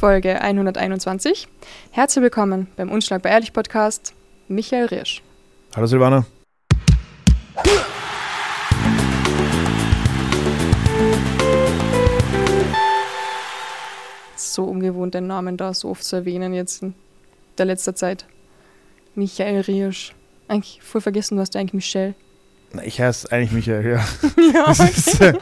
Folge 121. Herzlich willkommen beim Unschlagbar Ehrlich Podcast, Michael Riersch. Hallo Silvana. So ungewohnt, den Namen da so oft zu erwähnen jetzt in der letzten Zeit. Michael Riersch. Eigentlich voll vergessen, du hast eigentlich Michelle. Na, ich heiße eigentlich Michael, ja. Ja, okay.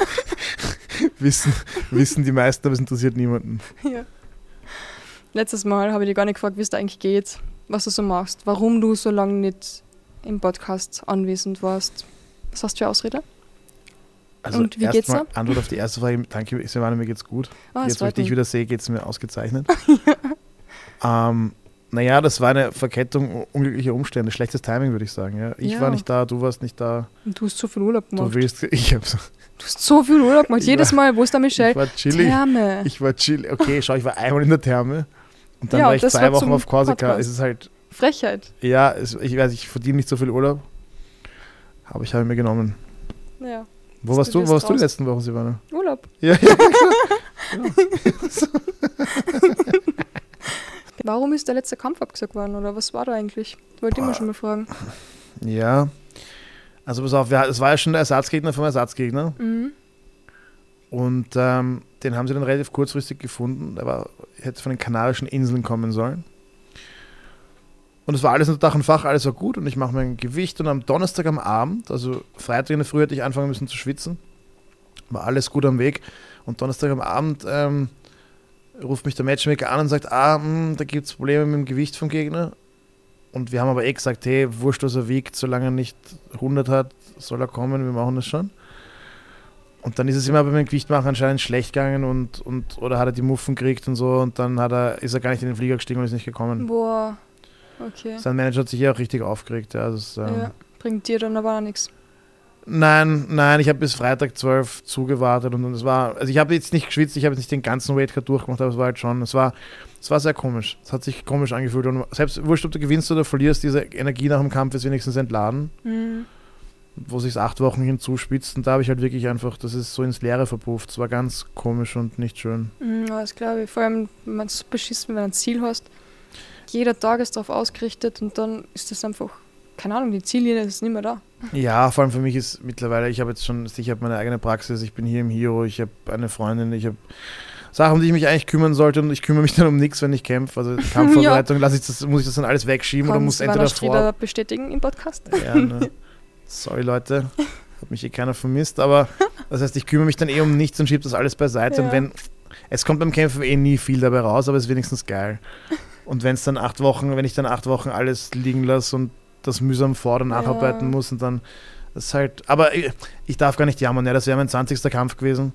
Wissen die meisten, aber es interessiert niemanden. Ja. Letztes Mal habe ich dich gar nicht gefragt, wie es da eigentlich geht, was du so machst, warum du so lange nicht im Podcast anwesend warst. Was hast du für Ausrede? Also und wie geht's erstmal da? Antwort auf die erste Frage. Danke, Silvana, mir geht's gut. Jetzt, wo ich dich mich. wieder sehe, geht's mir ausgezeichnet. Naja, das war eine Verkettung unglücklicher Umstände. Schlechtes Timing, würde ich sagen. Ja. Ich war nicht da, du warst nicht da. Und du hast so viel Urlaub gemacht. Du hast so viel Urlaub gemacht. Jedes Mal, wo ist da Michelle? Ich war chillig. Therme. Ich war chillig. Okay, schau, ich war einmal in der Therme. Und dann war ich 2 Wochen auf Korsika. Es ist halt... Frechheit. Ja, ich weiß, ich verdiene nicht so viel Urlaub. Aber ich habe ihn mir genommen. Ja. Wo warst du die letzten Wochen, Silvana? Urlaub. Ja, klar. Warum ist der letzte Kampf abgesagt worden? Oder was war da eigentlich? Wollte ich immer schon mal fragen. Ja, also pass auf, es war ja schon der Ersatzgegner vom Ersatzgegner. Mhm. Und den haben sie dann relativ kurzfristig gefunden. Der hätte von den Kanarischen Inseln kommen sollen. Und es war alles unter Dach und Fach, alles war gut und ich mache mein Gewicht und am Donnerstag am Abend, also Freitag in der Früh hätte ich anfangen müssen zu schwitzen, war alles gut am Weg und Donnerstag am Abend ruft mich der Matchmaker an und sagt, da gibt es Probleme mit dem Gewicht vom Gegner und wir haben aber gesagt, hey, wurscht was er wiegt, solange er nicht 100 hat, soll er kommen, wir machen das schon. Und dann ist es immer bei meinem Gewichtmachen anscheinend schlecht gegangen oder hat er die Muffen gekriegt und so und dann ist er gar nicht in den Flieger gestiegen und ist nicht gekommen. Boah. Okay. Sein Manager hat sich ja auch richtig aufgeregt. Ja, bringt dir dann aber auch nichts. Nein, ich habe bis Freitag 12 zugewartet und es war, also ich habe jetzt nicht geschwitzt, ich habe jetzt nicht den ganzen Weightcut durchgemacht, aber es war halt schon, es war sehr komisch. Es hat sich komisch angefühlt und selbst wurscht, ob du gewinnst oder verlierst, diese Energie nach dem Kampf ist wenigstens entladen, wo sich 8 Wochen hinzuspitzt und da habe ich halt wirklich einfach, das ist so ins Leere verpufft. Es war ganz komisch und nicht schön. Das glaube ich, vor allem, wenn man es so beschissen, wenn du ein Ziel hast. Jeder Tag ist darauf ausgerichtet und dann ist das einfach, keine Ahnung, die Ziellinie ist nicht mehr da. Ja, vor allem für mich ist mittlerweile, ich habe meine eigene Praxis, ich bin hier im Hero, ich habe eine Freundin, ich habe Sachen, um die ich mich eigentlich kümmern sollte und ich kümmere mich dann um nichts, wenn ich kämpfe. Also Kampfvorbereitung, muss ich das dann alles wegschieben oder muss entweder vor... bestätigen im Podcast? Ja, ne. Sorry Leute, hat mich keiner vermisst, aber das heißt, ich kümmere mich dann um nichts und schiebe das alles beiseite und es kommt beim Kämpfen nie viel dabei raus, aber es ist wenigstens geil. Und wenn ich dann 8 Wochen alles liegen lasse und das mühsam vor- oder nacharbeiten muss und dann das ist halt, aber ich darf gar nicht jammern, das wäre mein 20. Kampf gewesen.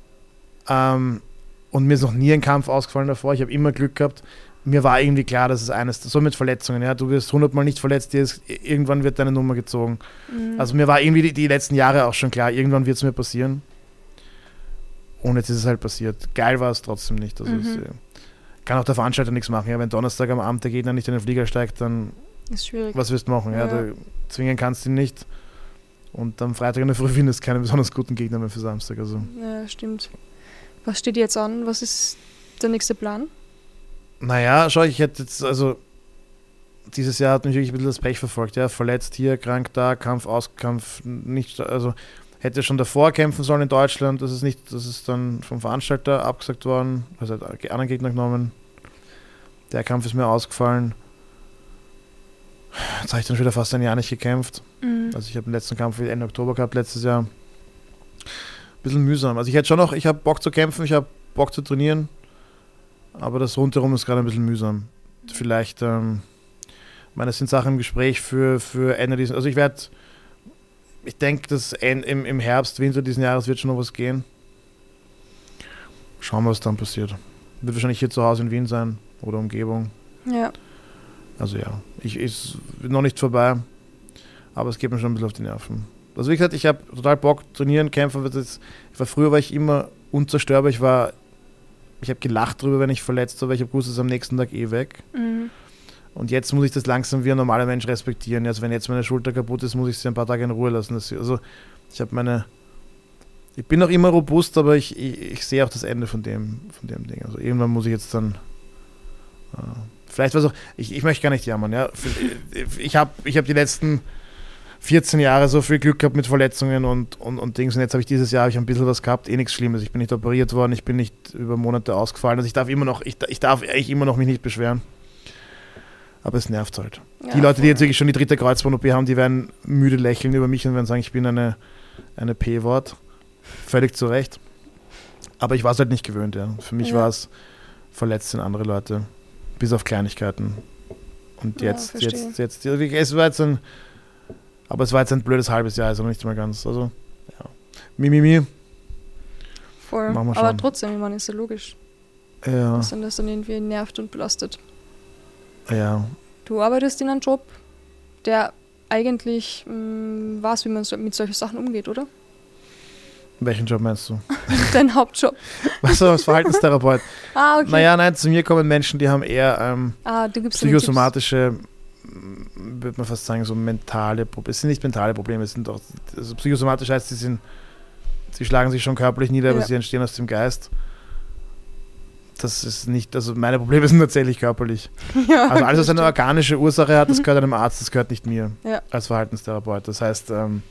Und mir ist noch nie ein Kampf ausgefallen davor, ich habe immer Glück gehabt. Mir war irgendwie klar, dass es so mit Verletzungen, du wirst 100-mal nicht verletzt, irgendwann wird deine Nummer gezogen. Also mir war irgendwie die letzten Jahre auch schon klar, irgendwann wird es mir passieren. Und jetzt ist es halt passiert. Geil war es trotzdem nicht. Also kann auch der Veranstalter nichts machen. Ja, wenn Donnerstag am Abend der Gegner nicht in den Flieger steigt, dann ist schwierig. Was wirst du machen? Ja. Da zwingen kannst du ihn nicht. Und am Freitag in der Früh findest du keine besonders guten Gegner mehr für Samstag. Also. Ja, stimmt. Was steht jetzt an? Was ist der nächste Plan? Naja, schau, ich hätte jetzt, also dieses Jahr hat mich wirklich ein bisschen das Pech verfolgt. Ja, verletzt hier, krank da, Kampf, Auskampf, nicht, also hätte schon davor kämpfen sollen in Deutschland, das ist dann vom Veranstalter abgesagt worden, also hat einen anderen Gegner genommen. Der Kampf ist mir ausgefallen. Jetzt habe ich dann schon wieder fast ein Jahr nicht gekämpft. Also ich habe den letzten Kampf Ende Oktober gehabt, letztes Jahr. Ein bisschen mühsam. Also ich habe Bock zu kämpfen, ich habe Bock zu trainieren, aber das rundherum ist gerade ein bisschen mühsam. Vielleicht, es sind Sachen im Gespräch für Ende dieses, also ich denke, dass im Herbst, Winter diesen Jahres wird schon noch was gehen. Schauen wir, was dann passiert. Wird wahrscheinlich hier zu Hause in Wien sein oder Umgebung. Ja. Also ja, ist noch nicht vorbei, aber es geht mir schon ein bisschen auf die Nerven. Also wie gesagt, ich habe total Bock, trainieren, kämpfen. Früher war ich immer unzerstörbar. Ich habe gelacht drüber, wenn ich verletzt war, weil ich habe gewusst, es ist am nächsten Tag weg. Und jetzt muss ich das langsam wie ein normaler Mensch respektieren. Also wenn jetzt meine Schulter kaputt ist, muss ich sie ein paar Tage in Ruhe lassen. Also ich habe Ich bin noch immer robust, aber ich sehe auch das Ende von dem Ding. Also irgendwann muss ich jetzt dann vielleicht was auch, ich möchte gar nicht jammern, ja. Ich hab die letzten 14 Jahre so viel Glück gehabt mit Verletzungen und Dings und jetzt habe ich dieses Jahr ein bisschen was gehabt, nichts Schlimmes. Ich bin nicht operiert worden, ich bin nicht über Monate ausgefallen, also ich darf eigentlich immer noch mich nicht beschweren. Aber es nervt halt. Ja, die Leute, die jetzt wirklich schon die 3. Kreuzband-OP haben, die werden müde lächeln über mich und werden sagen, ich bin eine P-Wort. Völlig zu Recht. Aber ich war es halt nicht gewöhnt, ja. Für mich war es verletzt sind andere Leute. Bis auf Kleinigkeiten. Und es war jetzt ein blödes halbes Jahr, also nicht mal ganz. Also, ja. Mimimi. Voll. Aber trotzdem, ich meine, ist ja logisch. Ja. Dass das dann irgendwie nervt und belastet. Ja. Du arbeitest in einem Job, der eigentlich weiß, wie man mit solchen Sachen umgeht, oder? Welchen Job meinst du? Dein Hauptjob. Was als Verhaltenstherapeut? Okay. Nein, zu mir kommen Menschen, die haben eher psychosomatische, würde man fast sagen, so mentale Probleme. Es sind nicht mentale Probleme, es sind auch, also psychosomatisch heißt, sie schlagen sich schon körperlich nieder, aber sie entstehen aus dem Geist. Das ist nicht, also meine Probleme sind tatsächlich körperlich. Ja, also alles, was eine organische Ursache hat, das gehört einem Arzt, das gehört nicht mir als Verhaltenstherapeut. Das heißt,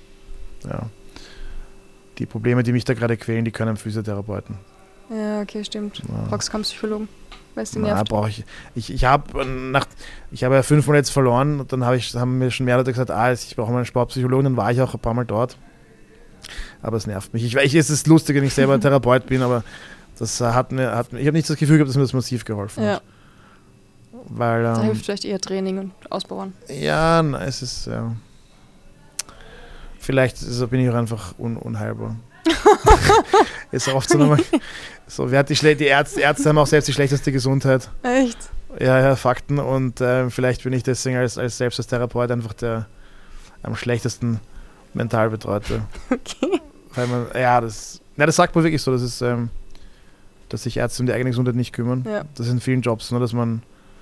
die Probleme, die mich da gerade quälen, die können Physiotherapeuten. Ja, okay, stimmt. Ja. Brauchst keinen Psychologen, weil es dir nervt. Brauche ich. Ich habe ja 5 Mal jetzt verloren und dann haben mir schon mehr Leute gesagt, ich brauche mal einen Sportpsychologen, dann war ich auch ein paar Mal dort. Aber es nervt mich. Es ist lustig, wenn ich selber Therapeut bin, aber das ich habe nicht das Gefühl gehabt, dass mir das massiv geholfen hat. Weil, da hilft vielleicht eher Training und Ausbauen. Ja, es ist, vielleicht bin ich auch einfach unheilbar. Ist oft so, die Ärzte haben auch selbst die schlechteste Gesundheit. Echt? Ja, Fakten. Und vielleicht bin ich deswegen selbst als Therapeut einfach der am schlechtesten mental Betreute. Okay. Weil das sagt man wirklich so, das ist, dass sich Ärzte um die eigene Gesundheit nicht kümmern. Ja. Das ist in vielen Jobs, nur dass man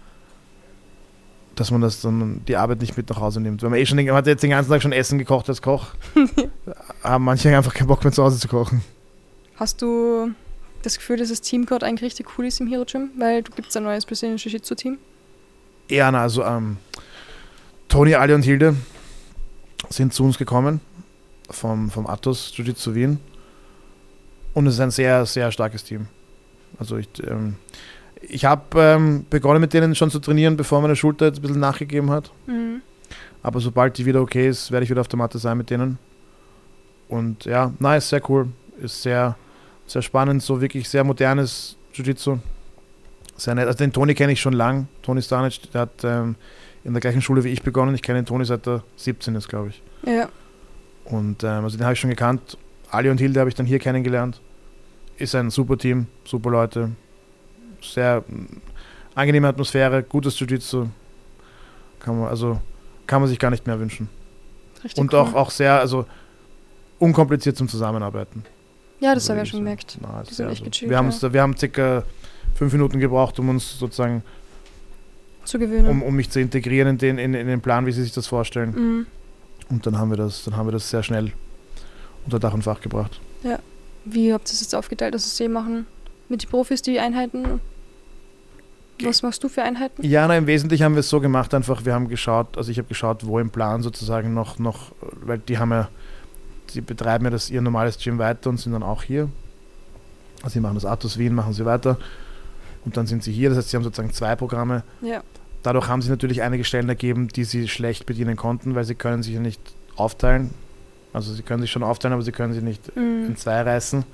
das dann die Arbeit nicht mit nach Hause nimmt. Weil man man hat jetzt den ganzen Tag schon Essen gekocht als Koch, haben manche einfach keinen Bock mehr zu Hause zu kochen. Hast du das Gefühl, dass das Team gerade eigentlich richtig cool ist im Hero Gym? Weil du gibst ein neues persönliches Jiu-Jitsu-Team? Ja, also Toni, Ali und Hilde sind zu uns gekommen vom Athos Jiu-Jitsu Wien und es ist ein sehr, sehr starkes Team. Also ich habe begonnen mit denen schon zu trainieren, bevor meine Schulter jetzt ein bisschen nachgegeben hat. Mhm. Aber sobald die wieder okay ist, werde ich wieder auf der Matte sein mit denen. Und ist sehr cool. Ist sehr, sehr spannend, so wirklich sehr modernes Jiu-Jitsu. Sehr nett. Also den Toni kenne ich schon lang. Toni Stanic, der hat in der gleichen Schule wie ich begonnen. Ich kenne den Toni seit er 17 ist, glaube ich. Ja. Und also den habe ich schon gekannt. Ali und Hilde habe ich dann hier kennengelernt. Ist ein super Team, super Leute. Sehr angenehme Atmosphäre, gutes Jiu-Jitsu. Kann man sich gar nicht mehr wünschen. Richtig und cool. auch sehr, also unkompliziert zum Zusammenarbeiten. Ja, das habe ich ja schon gemerkt. Die sind echt gechillt. Wir haben circa 5 Minuten gebraucht, um uns sozusagen zu gewöhnen. Um mich zu integrieren in den Plan, wie sie sich das vorstellen. Mhm. Und dann haben wir das sehr schnell unter Dach und Fach gebracht. Ja. Wie habt ihr das jetzt aufgeteilt, dass sie machen mit den Profis die Einheiten? Was machst du für Einheiten? Ja, im Wesentlichen haben wir es so gemacht, einfach, ich habe geschaut, wo im Plan sozusagen noch, weil die betreiben ja ihr normales Gym weiter und sind dann auch hier. Also sie machen das Athos Wien, machen sie weiter und dann sind sie hier, das heißt, sie haben sozusagen 2 Programme. Ja. Dadurch haben sie natürlich einige Stellen ergeben, die sie schlecht bedienen konnten, weil sie können sich ja nicht aufteilen. Also sie können sich schon aufteilen, aber sie können sie nicht in 2 reißen.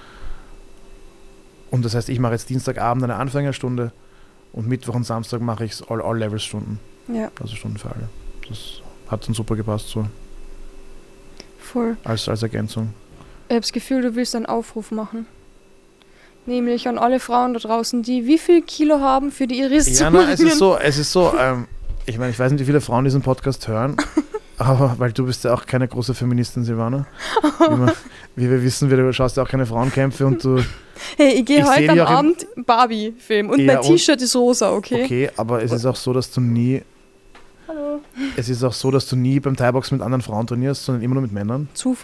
Und das heißt, ich mache jetzt Dienstagabend eine Anfängerstunde und Mittwoch und Samstag mache ich All-Levels-Stunden. Ja. Also Stunden für alle. Das hat dann super gepasst so. Voll. Als Ergänzung. Ich habe das Gefühl, du willst einen Aufruf machen. Nämlich an alle Frauen da draußen, die wie viel Kilo haben, für die ihre es ist so, ich meine, ich weiß nicht, wie viele Frauen diesen Podcast hören, aber weil du bist ja auch keine große Feministin, Silvana. Wie wir wissen, du schaust ja auch keine Frauenkämpfe und du... Hey, ich gehe heute am Abend Barbie-Film und mein T-Shirt ist rosa, okay? Okay, aber es ist auch so, dass du nie... Hallo. Es ist auch so, dass du nie beim Thai-Box mit anderen Frauen trainierst, sondern immer nur mit Männern. Zufall.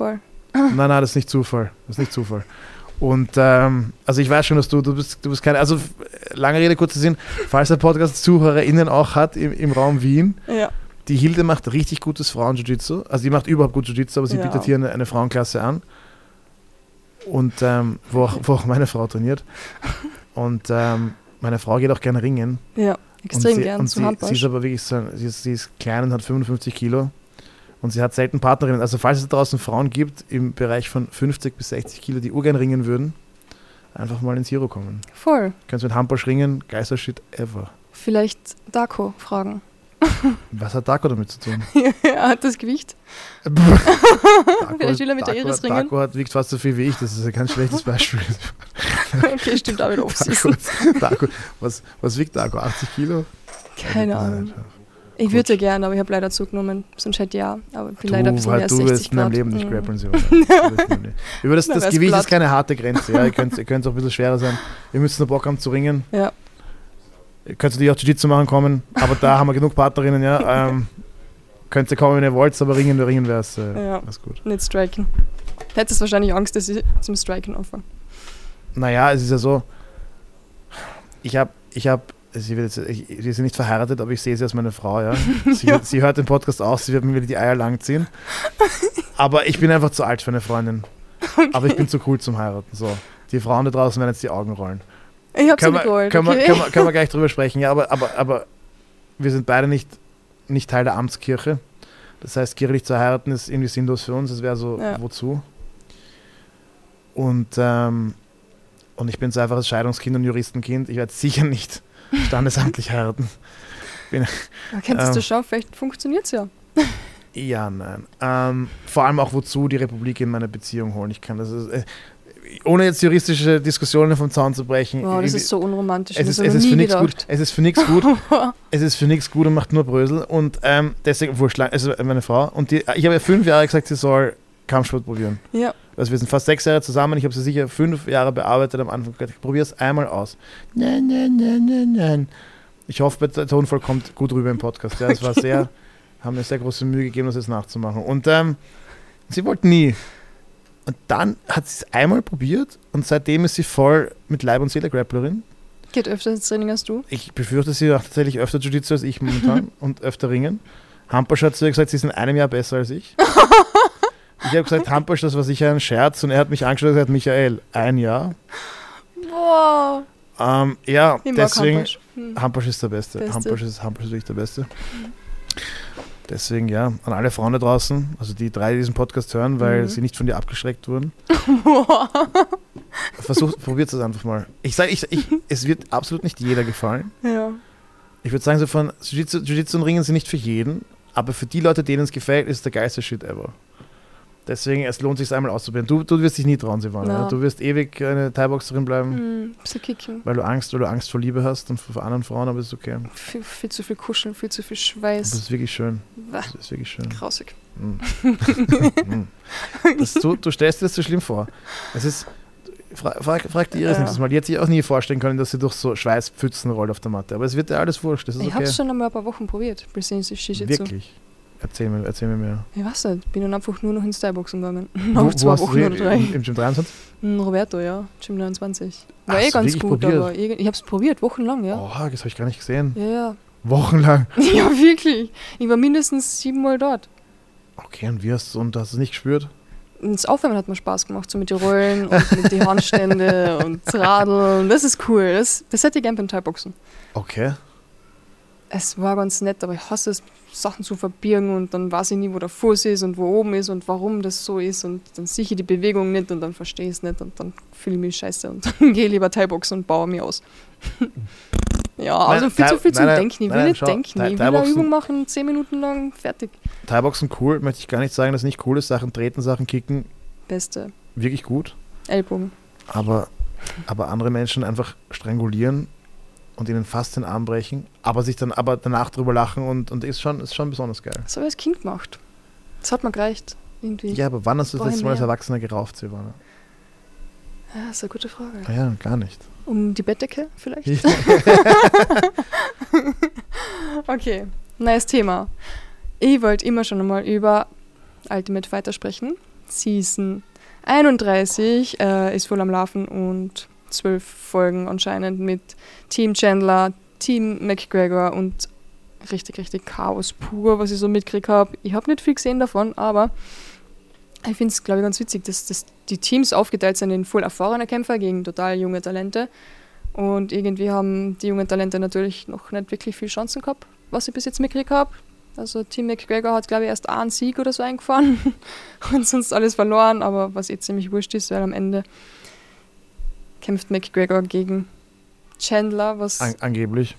Nein, das ist nicht Zufall. Und also ich weiß schon, dass du bist keine, also lange Rede, kurzer Sinn, falls der Podcast ZuhörerInnen auch hat im Raum Wien, Ja. die Hilde macht richtig gutes Frauen-Jiu-Jitsu, also die macht überhaupt gut Jiu-Jitsu, aber sie bietet hier eine Frauenklasse an und wo auch meine Frau trainiert und meine Frau geht auch gerne ringen. Ja, extrem gern zu Handball. Sie ist aber wirklich so, sie ist klein und hat 55 Kilo. Und sie hat selten Partnerinnen. Also falls es draußen Frauen gibt im Bereich von 50 bis 60 Kilo, die urgern ringen würden, einfach mal ins Hero kommen. Voll. Kannst mit Handball ringen, geister Shit ever. Vielleicht Darko fragen. Was hat Darko damit zu tun? Er hat das Gewicht. Vielleicht will er mit der Iris ringen. Darko wiegt fast so viel wie ich, das ist ein ganz schlechtes Beispiel. Okay, stimmt auch wieder Off-Season. Darko, was wiegt Darko? 80 Kilo? Keine Ahnung. Ich würde gerne, aber ich habe leider zugenommen. Sonst hätte ja, aber ich bin leider ein bisschen mehr als 60 Du wirst in deinem Leben nicht grappeln. Das Gewicht ist keine harte Grenze. Ja. Ihr könnt auch ein bisschen schwerer sein. Ihr müsst nur Bock haben zu ringen. Ja. Ihr könnt natürlich auch Jiu-Jitsu machen kommen, aber da haben wir genug Partnerinnen. Ja. Könnt ihr kommen, wenn ihr wollt, aber ringen wäre es gut. Nicht striken. Hättest wahrscheinlich Angst, dass ich zum Striken anfange. Naja, es ist ja so, wir sind nicht verheiratet, aber ich sehe sie als meine Frau, ja. Sie hört den Podcast auch, sie wird mir wieder die Eier langziehen. Aber ich bin einfach zu alt für eine Freundin. Okay. Aber ich bin zu cool zum Heiraten. So. Die Frauen da draußen werden jetzt die Augen rollen. Ich hab's nicht gerollt, können wir gleich drüber sprechen, ja, aber wir sind beide nicht Teil der Amtskirche. Das heißt, kirchlich zu heiraten ist irgendwie sinnlos für uns. Es wäre so, wozu? Und ich bin so einfach als Scheidungskind und Juristenkind. Ich werde sicher nicht standesamtlich heiraten. Könntest du schauen, vielleicht funktioniert es ja. Ja, nein. Vor allem auch, wozu die Republik in meine Beziehung holen. Ich kann das, ohne jetzt juristische Diskussionen vom Zaun zu brechen. Wow, das ist so unromantisch. Es ist für nichts gut. Es ist für nichts gut. Es ist für nichts gut und macht nur Brösel. Und deswegen, also meine Frau, und ich habe ja 5 Jahre gesagt, sie soll Kampfsport probieren. Ja. Also wir sind fast 6 Jahre zusammen. Ich habe sie sicher 5 Jahre bearbeitet am Anfang. Ich probiere es einmal aus. Nein. Ich hoffe, der Tonfall kommt gut rüber im Podcast. Ja, es war haben mir sehr große Mühe gegeben, das jetzt nachzumachen. Und sie wollte nie. Und dann hat sie es einmal probiert und seitdem ist sie voll mit Leib und Seele Grapplerin. Geht öfter ins Training als du? Ich befürchte, sie macht tatsächlich öfter Jiu-Jitsu als ich momentan und öfter Ringen. Hampasch hat zu ihr gesagt, sie ist in einem Jahr besser als ich. Ich habe gesagt, Hampasch, das war sicher ein Scherz und er hat mich angeschaut und gesagt, Michael, 1 Jahr. Boah. Ja, deswegen, Hampasch ist der Beste. Hampasch ist wirklich der Beste. Deswegen, ja, an alle Frauen da draußen, also die 3, die diesen Podcast hören, weil sie nicht von dir abgeschreckt wurden. Probiert es einfach mal. Ich sage, es wird absolut nicht jeder gefallen. Ja. Ich würde sagen, so von Jiu-Jitsu und Ringen sind nicht für jeden, aber für die Leute, denen es gefällt, ist der geilste Shit ever. Deswegen, es lohnt sich es einmal auszuprobieren. Du wirst dich nie trauen, Silvana. Ja? Du wirst ewig eine Thai-Boxerin bleiben, weil du Angst vor Liebe hast und vor anderen Frauen, aber es ist okay. Viel zu viel Kuscheln, viel zu viel Schweiß. Das ist wirklich schön. Das ist wirklich schön. Grausig. Du stellst dir das so schlimm vor. Es ist, frag die Iris nächstes Mal. Die hat sich auch nie vorstellen können, dass sie durch so Schweißpfützen rollt auf der Matte. Aber es wird dir alles wurscht. Das ist ich habe es schon einmal ein paar Wochen probiert. Wirklich? Erzähl mir mehr. Ich weiß nicht, bin dann einfach nur noch ins Thai-Boxen gegangen. Nach 2 Wochen oder 3. Im Gym 23? Roberto, ja. Gym 29. War ganz gut, probiert? Aber ich habe es probiert, wochenlang, ja. Oh, das habe ich gar nicht gesehen. Ja. Wochenlang? Ja, wirklich. Ich war mindestens 7 Mal dort. Okay, und hast du es nicht gespürt? Das Aufwärmen hat mir Spaß gemacht, so mit den Rollen und mit den Handstände und Radeln. Das ist cool. Das hätte ich gerne beim Thai-Boxen. Okay. Es war ganz nett, aber ich hasse es, Sachen zu verbirgen und dann weiß ich nie, wo der Fuß ist und wo oben ist und warum das so ist und dann sehe ich die Bewegung nicht und dann verstehe ich es nicht und dann fühle ich mich scheiße und dann gehe ich lieber Thai-Boxen und baue mich aus. Ja, also viel zu viel zum Denken. Ich will nicht denken. Ich will eine Übung machen, 10 Minuten lang, fertig. Thai-Boxen cool, möchte ich gar nicht sagen, dass es nicht cool ist. Sachen treten, Sachen kicken. Beste. Wirklich gut. Ellbogen. Aber andere Menschen einfach strangulieren und ihnen fast den Arm brechen, aber danach drüber lachen und ist schon besonders geil. Das habe ich als Kind gemacht. Das hat mir gereicht. Irgendwie. Ja, aber wann hast du das letzte Mal als Erwachsener gerauft, Silvana? Ja, das ist eine gute Frage. Ja, gar nicht. Um die Bettdecke vielleicht? Okay, neues Thema. Ich wollte immer schon einmal über Ultimate Fighter sprechen. Season 31 ist voll am Laufen und 12 Folgen anscheinend mit Team Chandler, Team McGregor und richtig, richtig Chaos pur, was ich so mitgekriegt habe. Ich habe nicht viel gesehen davon, aber ich finde es, glaube ich, ganz witzig, dass die Teams aufgeteilt sind in voll erfahrene Kämpfer gegen total junge Talente. Und irgendwie haben die jungen Talente natürlich noch nicht wirklich viel Chancen gehabt, was ich bis jetzt mitgekriegt habe. Also Team McGregor hat, glaube ich, erst einen Sieg oder so eingefahren und sonst alles verloren, aber was ziemlich wurscht ist, weil am Ende kämpft McGregor gegen Chandler, was angeblich,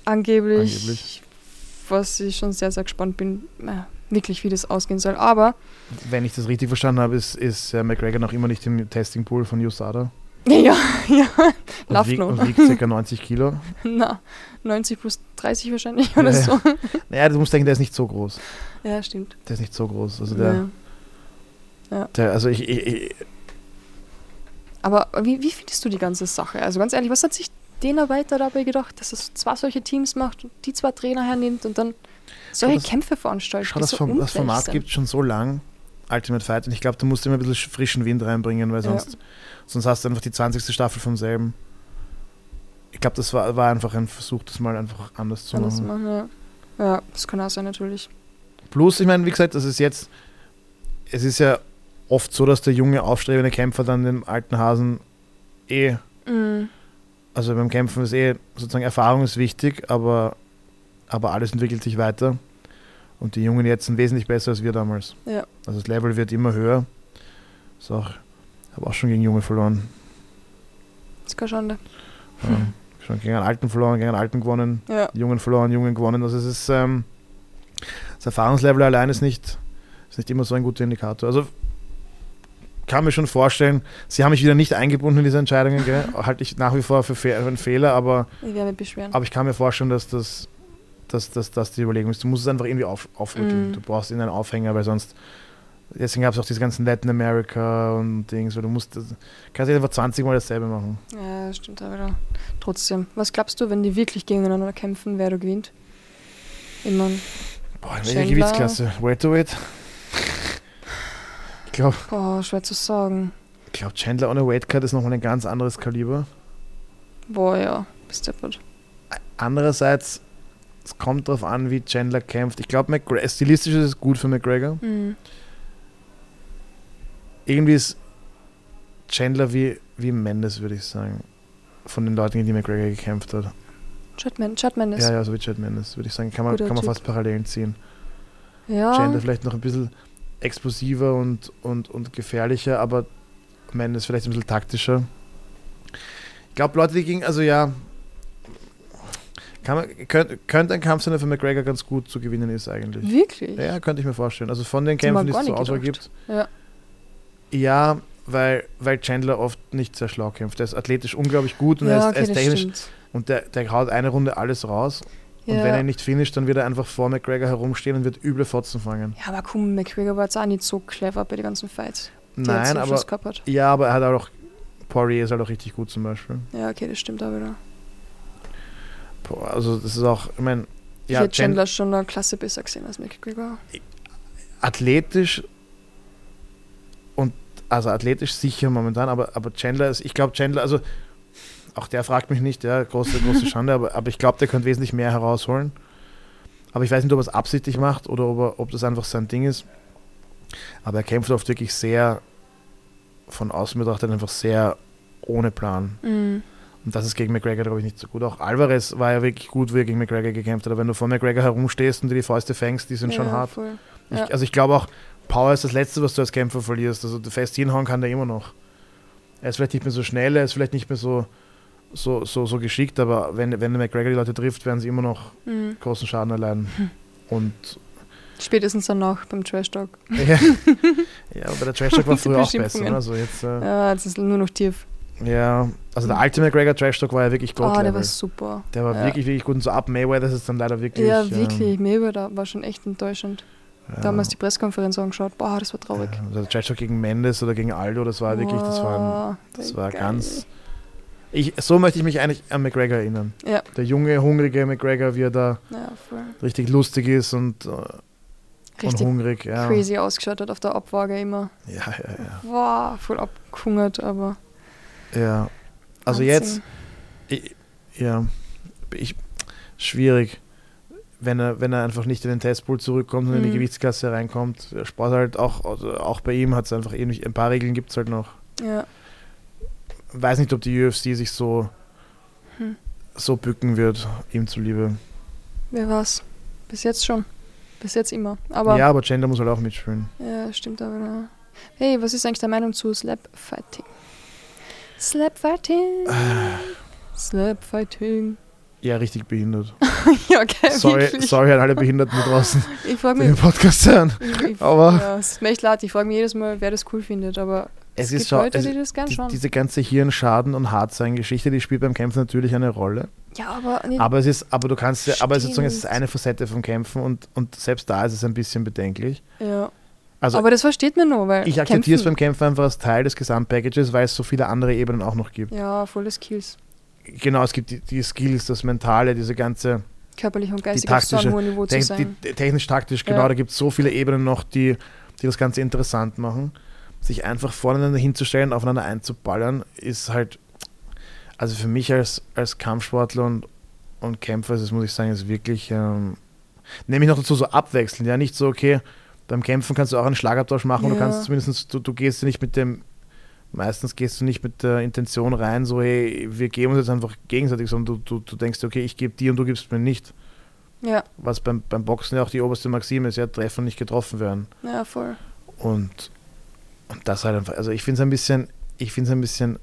was ich schon sehr, sehr gespannt bin, wirklich wie das ausgehen soll. Aber wenn ich das richtig verstanden habe, ist McGregor noch immer nicht im Testingpool von USADA. Ja, und wiegt ca. 90 Kilo. Na, 90 plus 30 wahrscheinlich oder so. Naja, du musst denken, der ist nicht so groß. Ja, stimmt. Der ist nicht so groß. Also Aber wie findest du die ganze Sache? Also ganz ehrlich, was hat sich Dana White dabei gedacht, dass es zwei solche Teams macht und die zwei Trainer hernimmt und dann solche Kämpfe veranstaltet? Schau, das Format gibt es schon so lang, Ultimate Fight, und ich glaube, du musst immer ein bisschen frischen Wind reinbringen, weil sonst hast du einfach die 20. Staffel vom selben. Ich glaube, das war einfach ein Versuch, das mal einfach anders zu machen. Ja, das kann auch sein, natürlich. Plus, ich meine, wie gesagt, es ist ja oft so, dass der junge, aufstrebende Kämpfer dann dem alten Hasen also beim Kämpfen ist sozusagen Erfahrung ist wichtig, aber alles entwickelt sich weiter. Und die Jungen jetzt sind wesentlich besser als wir damals. Ja. Also das Level wird immer höher. Ich habe auch schon gegen Junge verloren. Das ist keine Schande. Ja, schon gegen einen Alten verloren, gegen einen Alten gewonnen. Ja. Jungen verloren, Jungen gewonnen. Also es ist das Erfahrungslevel allein ist nicht immer so ein guter Indikator. Also kann mir schon vorstellen, sie haben mich wieder nicht eingebunden in diese Entscheidungen, gell? Halte ich nach wie vor für einen Fehler, aber ich werde mich beschweren. Aber ich kann mir vorstellen, dass das die Überlegung ist. Du musst es einfach irgendwie aufrütteln. Du brauchst einen Aufhänger, weil sonst. Deswegen gab es auch diese ganzen Latin America und Dings, weil kannst du einfach 20 Mal dasselbe machen. Ja, das stimmt aber trotzdem. Was glaubst du, wenn die wirklich gegeneinander kämpfen, wer du gewinnt? Immer. Boah, in welcher Gewichtsklasse? Welterweight? Ich glaube. Boah, schwer zu sagen. Ich glaube, Chandler ohne Weightcut ist nochmal ein ganz anderes Kaliber. Boah, ja, bist du gut. Andererseits, es kommt darauf an, wie Chandler kämpft. Ich glaube, stilistisch ist es gut für McGregor. Irgendwie ist Chandler wie Mendes, würde ich sagen. Von den Leuten, gegen die McGregor gekämpft hat. Chad Mendes. Ja, so wie Chad Mendes, würde ich sagen. Kann man fast Parallelen ziehen. Ja. Chandler vielleicht noch ein bisschen explosiver und gefährlicher, aber Mendes vielleicht ein bisschen taktischer. Ich glaube, Leute, die gegen, also ja, könnte ein Kampf sein, der für McGregor ganz gut zu gewinnen ist eigentlich. Wirklich? Ja, könnte ich mir vorstellen. Also von den Kämpfen, die es zur Auswahl gibt. Ja, weil Chandler oft nicht sehr schlau kämpft. Der ist athletisch unglaublich gut und er ist technisch. Und der haut eine Runde alles raus. Und wenn er ihn nicht finisht, dann wird er einfach vor McGregor herumstehen und wird üble Fotzen fangen. Ja, aber komm, McGregor war jetzt auch nicht so clever bei den ganzen Fights. Nein, aber er hat auch Poirier ist halt auch richtig gut zum Beispiel. Ja, okay, das stimmt auch wieder. Also das ist auch, ich meine... Ich hätte Chandler schon eine Klasse besser gesehen als McGregor. Athletisch athletisch sicher momentan, aber Chandler ist, ich glaube Chandler, also auch der fragt mich nicht, ja, große Schande, aber ich glaube, der könnte wesentlich mehr herausholen. Aber ich weiß nicht, ob er es absichtlich macht oder ob das einfach sein Ding ist. Aber er kämpft oft wirklich sehr, von außen betrachtet, einfach sehr ohne Plan. Und das ist gegen McGregor, glaube ich, nicht so gut. Auch Alvarez war ja wirklich gut, wie er gegen McGregor gekämpft hat. Aber wenn du vor McGregor herumstehst und dir die Fäuste fängst, die sind schon hart. Ich glaube auch, Power ist das Letzte, was du als Kämpfer verlierst. Also fest hinhauen kann der immer noch. Er ist vielleicht nicht mehr so schnell, er ist vielleicht nicht mehr so geschickt, aber wenn McGregor die Leute trifft, werden sie immer noch großen Schaden erleiden. Und spätestens danach beim Trash-Talk. Ja, aber der Trash-Talk war früher auch besser. Also jetzt ist nur noch tief. Ja, also der alte McGregor Trash-Talk war ja wirklich Gold-Level. Der war super. Der war wirklich, wirklich gut. Und so ab Mayweather ist es dann leider wirklich... Ja, wirklich. Mayweather war schon echt enttäuschend. Ja. Damals die Pressekonferenz angeschaut. Boah, das war traurig. Ja, also der Trash-Talk gegen Mendes oder gegen Aldo, das war wirklich... Das war ganz... So möchte ich mich eigentlich an McGregor erinnern. Ja. Der junge, hungrige McGregor, wie er da richtig lustig ist und richtig hungrig. Ja. crazy ausgeschaut hat auf der Abwaage immer. Ja. Wow, voll abgehungert, aber... Ja, also Wahnsinn. Schwierig, wenn er einfach nicht in den Testpool zurückkommt und in die Gewichtsklasse reinkommt. Der Sport halt auch bei ihm hat es einfach nicht, ein paar Regeln gibt es halt noch. Ja. Weiß nicht, ob die UFC sich so bücken wird, ihm zuliebe. Wer war's? Bis jetzt schon. Bis jetzt immer. Aber ja, aber Gender muss halt auch mitspielen. ja, stimmt aber. Ja. Hey, was ist eigentlich deine Meinung zu Slap-Fighting? Slap-Fighting. Slap-Fighting. Ja, richtig behindert. Ja, okay, sorry an alle Behinderten da draußen, ich frage die den mich, Podcast hören. aber ja, es ist mir echt leid. Ich frage mich jedes Mal, wer das cool findet, aber es gibt schon, Leute, die das gern schauen. Diese ganze Hirnschaden- und Hartsein-Geschichte, die spielt beim Kämpfen natürlich eine Rolle. Ja, aber nicht Aber es ist sozusagen, es ist Stimmt. eine Facette vom Kämpfen und selbst da ist es ein bisschen bedenklich. ja. Also Aber das versteht man nur, weil ich akzeptiere es beim Kämpfen einfach als Teil des Gesamtpackages, weil es so viele andere Ebenen auch noch gibt. Ja, volle Skills. Genau, es gibt die Skills, das Mentale, diese ganze Körperlich und geistig die auf so einem taktische, hohen Niveau zu sein. technisch-taktisch, genau, Ja. da gibt es so viele Ebenen noch, die das Ganze interessant machen. Sich einfach voneinander hinzustellen, aufeinander einzuballern, ist halt, also für mich als Kampfsportler und Kämpfer, das muss ich sagen, ist wirklich, nämlich noch dazu so abwechselnd, ja, nicht so, okay, beim Kämpfen kannst du auch einen Schlagabtausch machen, Ja. du kannst zumindest, du gehst ja nicht meistens gehst du nicht mit der Intention rein, so, hey, wir geben uns jetzt einfach gegenseitig, sondern du denkst, okay, ich gebe dir und du gibst mir nicht. Ja, Was beim Boxen ja auch die oberste Maxime ist, ja, treffen und nicht getroffen werden. ja, voll. Und das halt einfach, also ich finde es ein bisschen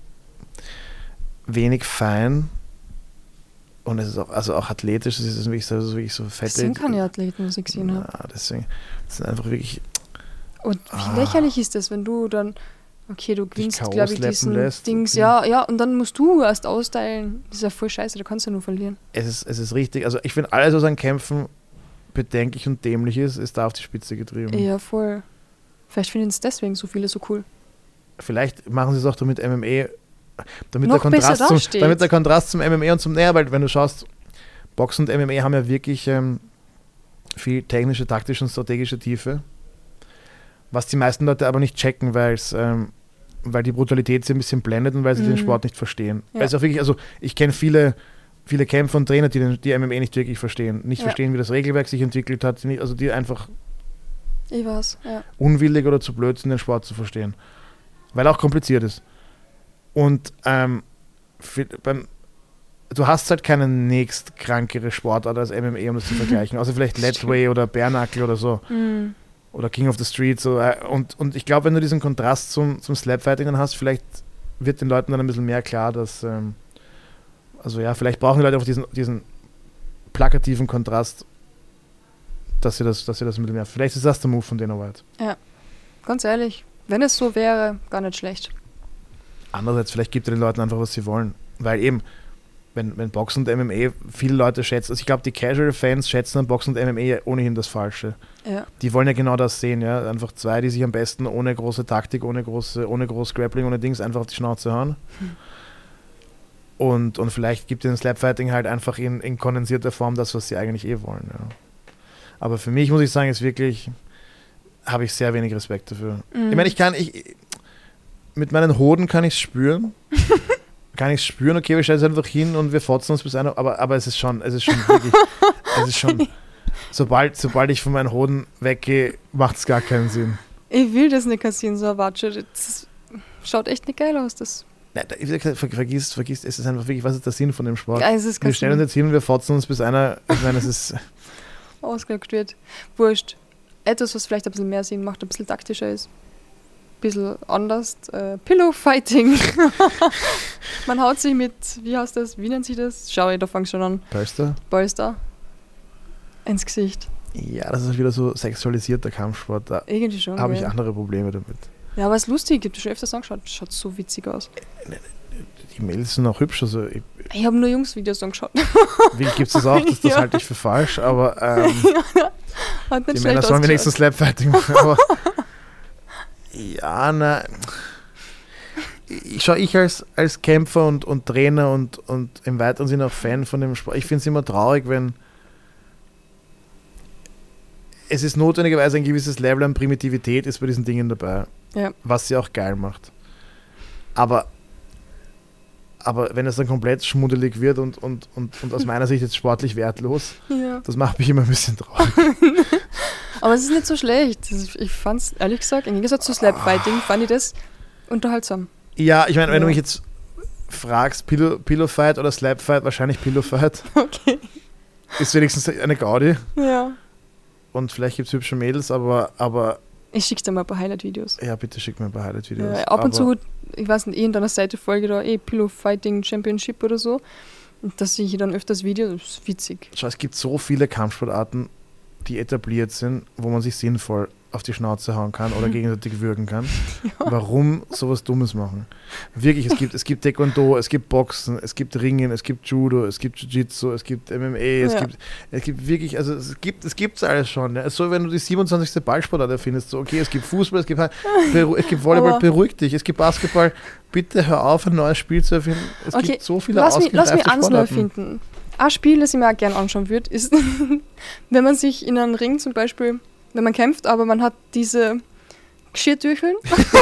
wenig fein und es ist auch, also auch athletisch, es ist wirklich so fette. Das sind keine Athleten, was ich gesehen habe. Ja, deswegen, das sind einfach wirklich, Und wie lächerlich ist das, wenn du dann, okay, du gewinnst, K.O. glaube ich, slappen diesen lässt, Dings, okay. ja, und dann musst du erst austeilen. Das ist ja voll scheiße, da kannst du nur verlieren. es ist richtig, also ich finde alles, was an Kämpfen bedenklich und dämlich ist da auf die Spitze getrieben. Ja, voll. Vielleicht finden es deswegen so viele so cool. Vielleicht machen sie es auch damit MMA, Noch besser dasteht. damit der Kontrast zum MMA und zum, naja, weil wenn du schaust, Boxen und MMA haben ja wirklich viel technische, taktische und strategische Tiefe, was die meisten Leute aber nicht checken, weil die Brutalität sie ein bisschen blendet und weil sie den Sport nicht verstehen. Ja. Weil es auch wirklich, also ich kenne viele Kämpfer und Trainer, die MMA nicht wirklich verstehen, nicht verstehen, wie das Regelwerk sich entwickelt hat, also die einfach Ich weiß, ja. unwillig oder zu blöd sind, den Sport zu verstehen. Weil er auch kompliziert ist. Und du hast halt keine nächstkrankere Sportart als MMA, um das zu vergleichen. Außer vielleicht Letway oder Bärnackel oder so. Mhm. Oder King of the Street. So. Und ich glaube, wenn du diesen Kontrast zum Slapfighting dann hast, vielleicht wird den Leuten dann ein bisschen mehr klar, dass also ja, vielleicht brauchen die Leute auch diesen plakativen Kontrast, dass sie das ein bisschen mehr. Vielleicht ist das der Move von Dana White. Ganz ehrlich, wenn es so wäre, gar nicht schlecht. Andererseits, vielleicht gibt er den Leuten einfach, was sie wollen. Weil eben, wenn Boxen und MMA viele Leute schätzen, also ich glaube, die Casual-Fans schätzen an Boxen und MMA ohnehin das Falsche. Ja. Die wollen ja genau das sehen, ja. Einfach zwei, die sich am besten ohne große Taktik, ohne groß Grappling, ohne Dings einfach auf die Schnauze hauen. Und vielleicht gibt ihnen Slapfighting halt einfach in kondensierter Form das, was sie eigentlich wollen, ja. Aber für mich, muss ich sagen, ist wirklich, habe ich sehr wenig Respekt dafür. Mhm. Ich meine, mit meinen Hoden kann ich es spüren. Okay, wir stellen es einfach hin und wir fotzen uns bis einer, aber es ist schon wirklich, sobald ich von meinen Hoden weggehe, macht es gar keinen Sinn. Ich will das nicht kassieren, so ein Watsche. Das schaut echt nicht geil aus. Das Vergiss, es ist einfach wirklich, was ist der Sinn von dem Sport? ja, es ist Wir stellen uns jetzt hin und wir fotzen uns bis einer, ich meine, es ist ausgelegt wird. Wurscht. Etwas, was vielleicht ein bisschen mehr Sinn macht, ein bisschen taktischer ist. Ein bisschen anders. Pillow-Fighting. Man haut sich mit, wie heißt das? Wie nennt sich das? Schau, da fangst schon an. Polster. Ins Gesicht. Ja, das ist wieder so sexualisierter Kampfsport. Da Irgendwie schon. habe ich gell. andere Probleme damit. Ja, aber es ist lustig. Ich habe das schon öfters angeschaut. Schaut so witzig aus. Die Mädels sind auch hübsch. Also Ich habe nur Jungs-Videos angeschaut. wie gibt es das auch? Das Ja. halte ich für falsch, aber Hat nicht die schlecht Männer sollen wenigstens ausgeschaut. Slapfighting machen. Aber ja, ich als Kämpfer und Trainer und im weiteren Sinne auch Fan von dem Sport, ich finde es immer traurig, wenn es ist notwendigerweise ein gewisses Level an Primitivität ist bei diesen Dingen dabei, Ja. was sie auch geil macht. Aber wenn es dann komplett schmuddelig wird und aus meiner Sicht jetzt sportlich wertlos, Ja. das macht mich immer ein bisschen traurig. Aber es ist nicht so schlecht. Ich fand es, ehrlich gesagt, im Gegensatz zu Slap-Fighting, fand ich das unterhaltsam. Ja, ich meine, wenn Ja. du mich jetzt fragst, Pillow-Fight oder Slap-Fight, wahrscheinlich Pillow-Fight. Okay. Ist wenigstens eine Gaudi. Ja. Und vielleicht gibt es hübsche Mädels, aber Ich schicke dir mal ein paar Highlight-Videos. ja, bitte schick mir ein paar Highlight-Videos. Ja, ab und Aber zu, ich weiß nicht, irgendeiner Seite folge da Pillow Fighting Championship oder so. Und da sehe ich dann öfters Videos, das ist witzig. Schau, es gibt so viele Kampfsportarten, die etabliert sind, wo man sich sinnvoll auf die Schnauze hauen kann oder gegenseitig würgen kann. Ja. Warum sowas Dummes machen? Wirklich, es gibt Taekwondo, es gibt Boxen, es gibt Ringen, es gibt Judo, es gibt Jiu-Jitsu, es gibt MMA, Ja. es gibt wirklich, also es gibt's alles schon. Ja. Es ist so, wenn du die 27. Ballsportart erfindest, so okay, es gibt Fußball, es gibt Volleyball, Aber- beruhig dich, es gibt Basketball, bitte hör auf, ein neues Spiel zu erfinden. Es Okay, gibt so viele Lass mich ausgereifte eins neu Sportarten. finden. Ein Spiel, das ich mir auch gerne anschauen würde, ist, wenn man sich in einem Ring zum Beispiel, wenn man kämpft, aber man hat diese Geschirrtücheln.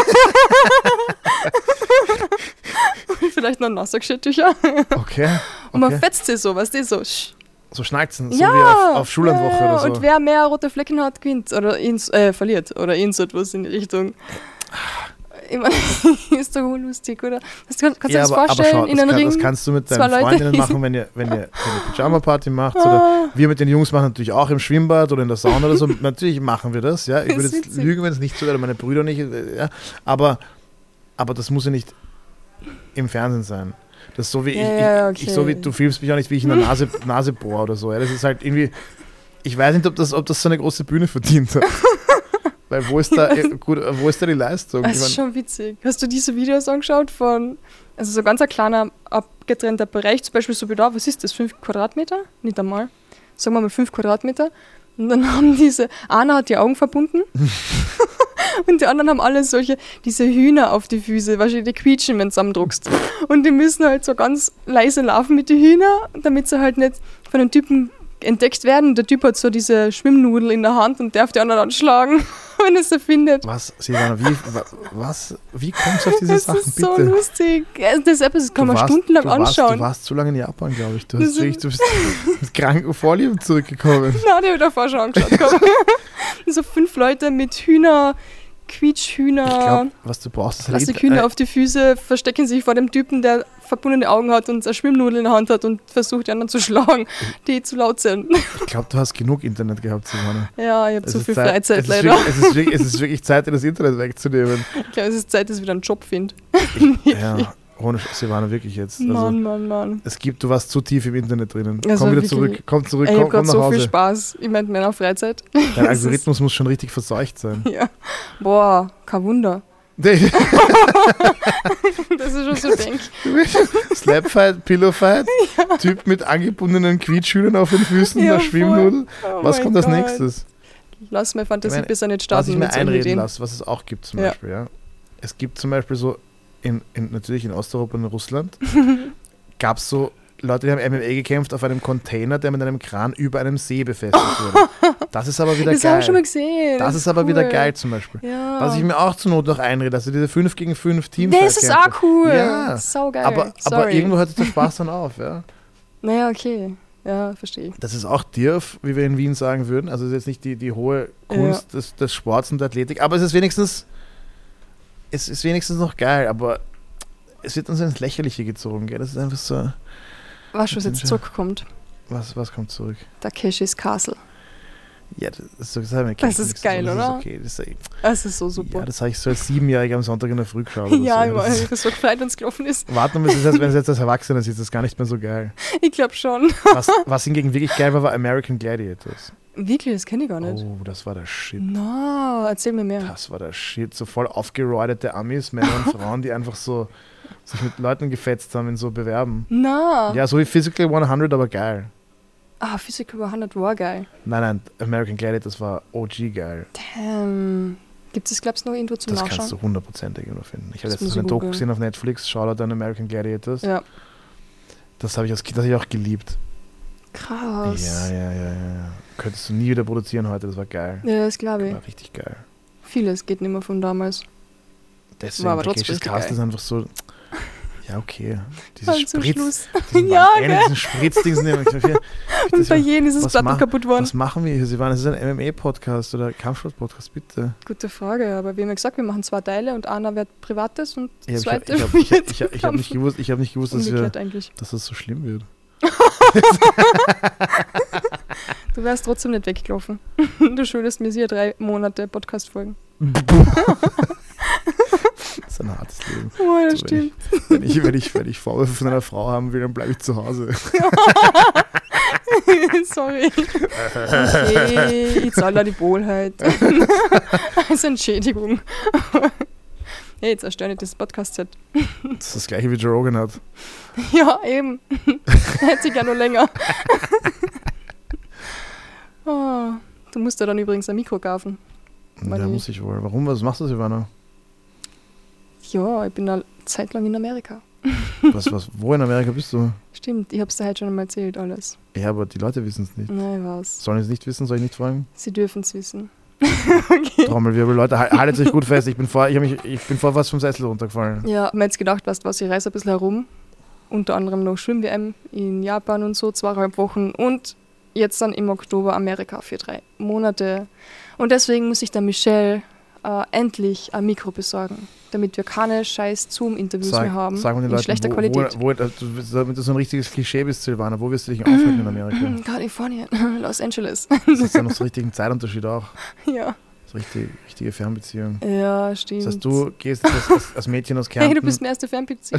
Und vielleicht noch nasser Geschirrtücher. Okay, Und man okay. fetzt sie so, weißt du, so. So Schnalzen, so Ja, wie auf Schullandwoche oder so. Und wer mehr rote Flecken hat, gewinnt. Oder verliert. Oder so etwas in die Richtung. Ich meine, ist doch lustig, oder? Kannst du dir das vorstellen, schau, in einem Ring? das kannst du mit zwei deinen Leute, Freundinnen die machen, wenn ihr Pyjama-Party macht. Oder wir mit den Jungs machen natürlich auch im Schwimmbad oder in der Sauna oder so. Natürlich machen wir das. Ja? Ich Das würde ist jetzt witzig. lügen, wenn es nicht so wäre, oder meine Brüder nicht. Ja? Aber das muss ja nicht im Fernsehen sein. Das ist so wie Ja, ich okay. so wie du filmst mich auch nicht, wie ich in der Nase bohre oder so. Ja? Das ist halt irgendwie, ich weiß nicht, ob das so eine große Bühne verdient hat. Weil wo ist da die Leistung? Das Ich ist mein, schon witzig. Hast du diese Videos angeschaut von, also so ganz ein kleiner abgetrennter Bereich, zum Beispiel so wie da, was ist das, 5 Quadratmeter? Nicht einmal. Sagen wir mal 5 Quadratmeter. Und dann haben einer hat die Augen verbunden und die anderen haben alle diese Hühner auf die Füße, wahrscheinlich die quietschen, wenn du zusammendruckst. Und die müssen halt so ganz leise laufen mit den Hühnern, damit sie halt nicht von den Typen entdeckt werden. Der Typ hat so diese Schwimmnudel in der Hand und darf die anderen anschlagen, wenn er sie findet. was, Silvana, wie kommst du auf diese Das Sachen, ist bitte? so lustig. Das kann man stundenlang anschauen. Du warst zu lange in Japan, glaube ich. Du Das bist mit kranken Vorlieben zurückgekommen. Nein, die habe ich davor schon angeschaut. So 5 Leute mit Quietschhühner, Ich glaube, was du brauchst, ist Plastikhühner auf die Füße, verstecken sich vor dem Typen, der verbundene Augen hat und eine Schwimmnudel in der Hand hat und versucht, die anderen zu schlagen, die zu laut sind. Ich glaube, du hast genug Internet gehabt, Silvana. Ja, ich habe zu ist viel Zeit- Freizeit es ist leider. wirklich- es ist wirklich Zeit, dir das Internet wegzunehmen. Ich glaube, es ist Zeit, dass ich wieder einen Job finde. Ja, ohne Silvana, wirklich jetzt. Also, Mann. du warst zu tief im Internet drinnen. Also komm wieder wirklich. zurück, komm zurück, Ich habe komm gerade nach so viel Hause. Spaß. Ich meine, in meiner Freizeit. Dein Algorithmus muss schon richtig verseucht sein. Ja. Boah, kein Wunder. Das ist schon so denk. Slapfight, Pillowfight, Typ mit angebundenen Quietschhühnern auf den Füßen, Ja, der Schwimmnudel. Oh Was mein kommt als Gott. nächstes? Lass meine Fantasie Ich meine, besser nicht Was starten ich mir mit so einreden Ideen. lasse, was es auch gibt zum Ja. Beispiel. Ja. Es gibt zum Beispiel so, natürlich in Osteuropa und in Russland, gab es so Leute, die haben MMA gekämpft auf einem Container, der mit einem Kran über einem See befestigt wurde. Das ist aber wieder Das habe geil. ich schon mal gesehen. Das ist aber cool. wieder geil zum Beispiel. Ja. Was ich mir auch zur Not noch einrede, also diese 5 gegen 5 Teams. Das ist auch cool. Ja. Saugeil. Aber Sorry. irgendwo hört sich der Spaß dann auf. Ja. Naja, okay. Ja, verstehe ich. Das ist auch Dirf, wie wir in Wien sagen würden. Also es ist jetzt nicht die hohe Kunst des Sports und der Athletik, aber es ist wenigstens noch geil, aber es wird uns ins Lächerliche gezogen. Gell? Das ist einfach so. Weißt du, was jetzt zurückkommt? Was kommt zurück? Takeshis Castle. Ja, das ist geil, das oder? Ist okay. Das ist so super. Ja, das habe ich so als 7-Jähriger am Sonntag in der Früh geschaut. Ja, oder so. ich war so gefreut, wenn es gelaufen ist. Warten wir, wenn es jetzt als Erwachsener ist, ist das gar nicht mehr so geil. Ich glaube schon. Was hingegen wirklich geil war American Gladiators. Wirklich, das kenne ich gar nicht. Oh, das war der Shit. Na, erzähl mir mehr. Das war der Shit. So voll aufgeroidete Amis, Männer und Frauen, die einfach so sich mit Leuten gefetzt haben in so Bewerben. Na. Ja, so wie Physical 100, aber geil. Ah, Physical 100 war geil. Nein, American Gladiators war OG geil. Damn. Gibt es, glaubst du, noch irgendwo zum Das Nachschauen? kannst du 100% irgendwo finden. Ich habe Das letztens muss eine ich Doku googeln. gesehen auf Netflix, Shoutout an American Gladiators. Ja. Das habe ich als Kind auch geliebt. Krass. Ja. könntest du nie wieder produzieren heute, das war geil. Ja, das glaube ich. War richtig geil. Vieles geht nicht mehr von damals. Deswegen, War aber der trotzdem Cast richtig ist einfach so, ja okay, Halt dieses zum Spritz, Schluss. diesen Ja, diesen Spritzdings nehmen. Und bei jedem ist das was Platten kaputt worden. Was machen wir hier? Sie waren, es ist ein MMA-Podcast oder Kampfsport-Podcast, bitte. Gute Frage, aber wir haben ja gesagt, wir machen 2 Teile und einer wird Privates und Ich zweite habe nicht gewusst, umgekehrt eigentlich. dass das so schlimm wird. Du wärst trotzdem nicht weggelaufen. Du schuldest mir hier 3 Monate Podcast-Folgen. Das ist ein hartes Leben. Oh, das So, stimmt. Wenn ich Vorwürfe von einer Frau haben will, dann bleibe ich zu Hause. Sorry. Okay, ich zahle die Wohlheit. Als Entschädigung. Hey, jetzt erstelle ich das Podcast-Set. Das ist das gleiche wie Joe Rogan hat. Ja, eben. Hätte ich ja nur länger. Oh, du musst ja dann übrigens ein Mikro kaufen. Ja, muss ich wohl. Warum? Was machst du, Silvana? Ja, ich bin eine Zeit lang in Amerika. Wo in Amerika bist du? Stimmt, ich habe es dir heute schon einmal erzählt, alles. Ja, aber die Leute wissen es nicht. Nein, ich weiß. Sollen sie es nicht wissen? Soll ich nicht fragen? Sie dürfen es wissen. Okay. Trommelwirbel, Leute, haltet euch gut fest. Ich bin vor was vom Sessel runtergefallen. Ja, ich mir jetzt gedacht, weißt du was, ich reise ein bisschen herum. Unter anderem noch Schwimm-WM in Japan und so, 2,5 Wochen. Und jetzt dann im Oktober Amerika für 3 Monate. Und deswegen muss ich der Michelle endlich ein Mikro besorgen, damit wir keine scheiß Zoom-Interviews mehr haben. Sag mal den in Leuten, schlechter Qualität. Damit du so ein richtiges Klischee bist, Silvana, wo wirst du dich aufhalten in Amerika? Kalifornien, Los Angeles. Das ist ja noch so richtigen Zeitunterschied auch. Ja. Das ist richtige Fernbeziehung. Ja, stimmt. Das heißt, du gehst jetzt als Mädchen aus Kärnten. Hey, du bist meine erste Fernbeziehung.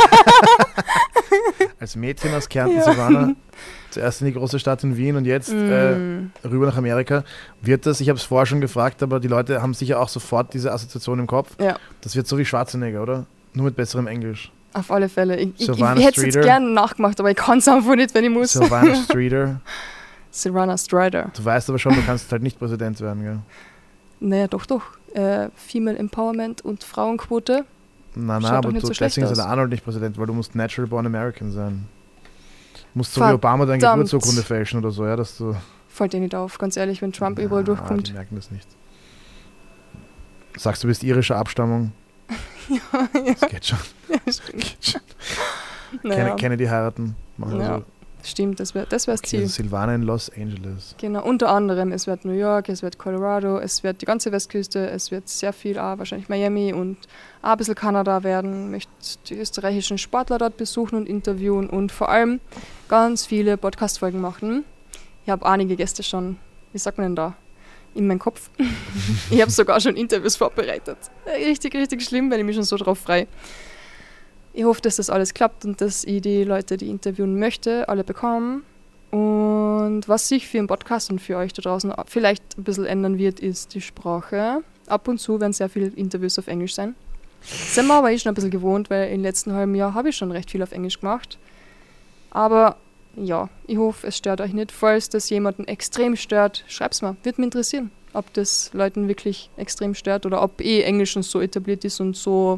Als Mädchen aus Kärnten, ja. Silvana, zuerst in die große Stadt in Wien und jetzt rüber nach Amerika. Wird das, ich habe es vorher schon gefragt, aber die Leute haben sicher auch sofort diese Assoziation im Kopf. Ja. Das wird so wie Schwarzenegger, oder? Nur mit besserem Englisch. Auf alle Fälle. Ich hätte es jetzt gerne nachgemacht, aber ich kann es einfach nicht, wenn ich muss. Silvana Streeter. Silvana Strider. Du weißt aber schon, du kannst halt nicht Präsident werden, gell? Naja, doch. Female Empowerment und Frauenquote. Nein, aber deswegen ist der Arnold nicht Präsident, weil du musst Natural Born American sein. Du musst so wie Obama deine Geburtsurkunde fälschen oder so, ja, dass du... Fällt dir nicht auf, ganz ehrlich, wenn Trump überall durchkommt. Die merken das nicht. Sagst du, bist irischer Abstammung? Ja. Das geht schon. Ja, stimmt. Geht schon. Naja. Kennedy heiraten. Machen wir so. Stimmt, das wäre das Ziel. Also Silvana in Los Angeles. Genau, unter anderem, es wird New York, es wird Colorado, es wird die ganze Westküste, es wird sehr viel, wahrscheinlich Miami und ein bisschen Kanada werden. Ich möchte die österreichischen Sportler dort besuchen und interviewen und vor allem ganz viele Podcast-Folgen machen. Ich habe einige Gäste schon, wie sagt man denn da, in meinem Kopf. Ich habe sogar schon Interviews vorbereitet. Richtig, richtig schlimm, weil ich mich schon so drauf freue. Ich hoffe, dass das alles klappt und dass ich die Leute, die ich interviewen möchte, alle bekomme. Und was sich für einen Podcast und für euch da draußen vielleicht ein bisschen ändern wird, ist die Sprache. Ab und zu werden sehr viele Interviews auf Englisch sein. Das sind wir aber schon ein bisschen gewohnt, weil im letzten halben Jahr habe ich schon recht viel auf Englisch gemacht. Aber ja, ich hoffe, es stört euch nicht. Falls das jemanden extrem stört, schreibt's mir. Würde mich interessieren, ob das Leuten wirklich extrem stört oder ob Englisch so etabliert ist und so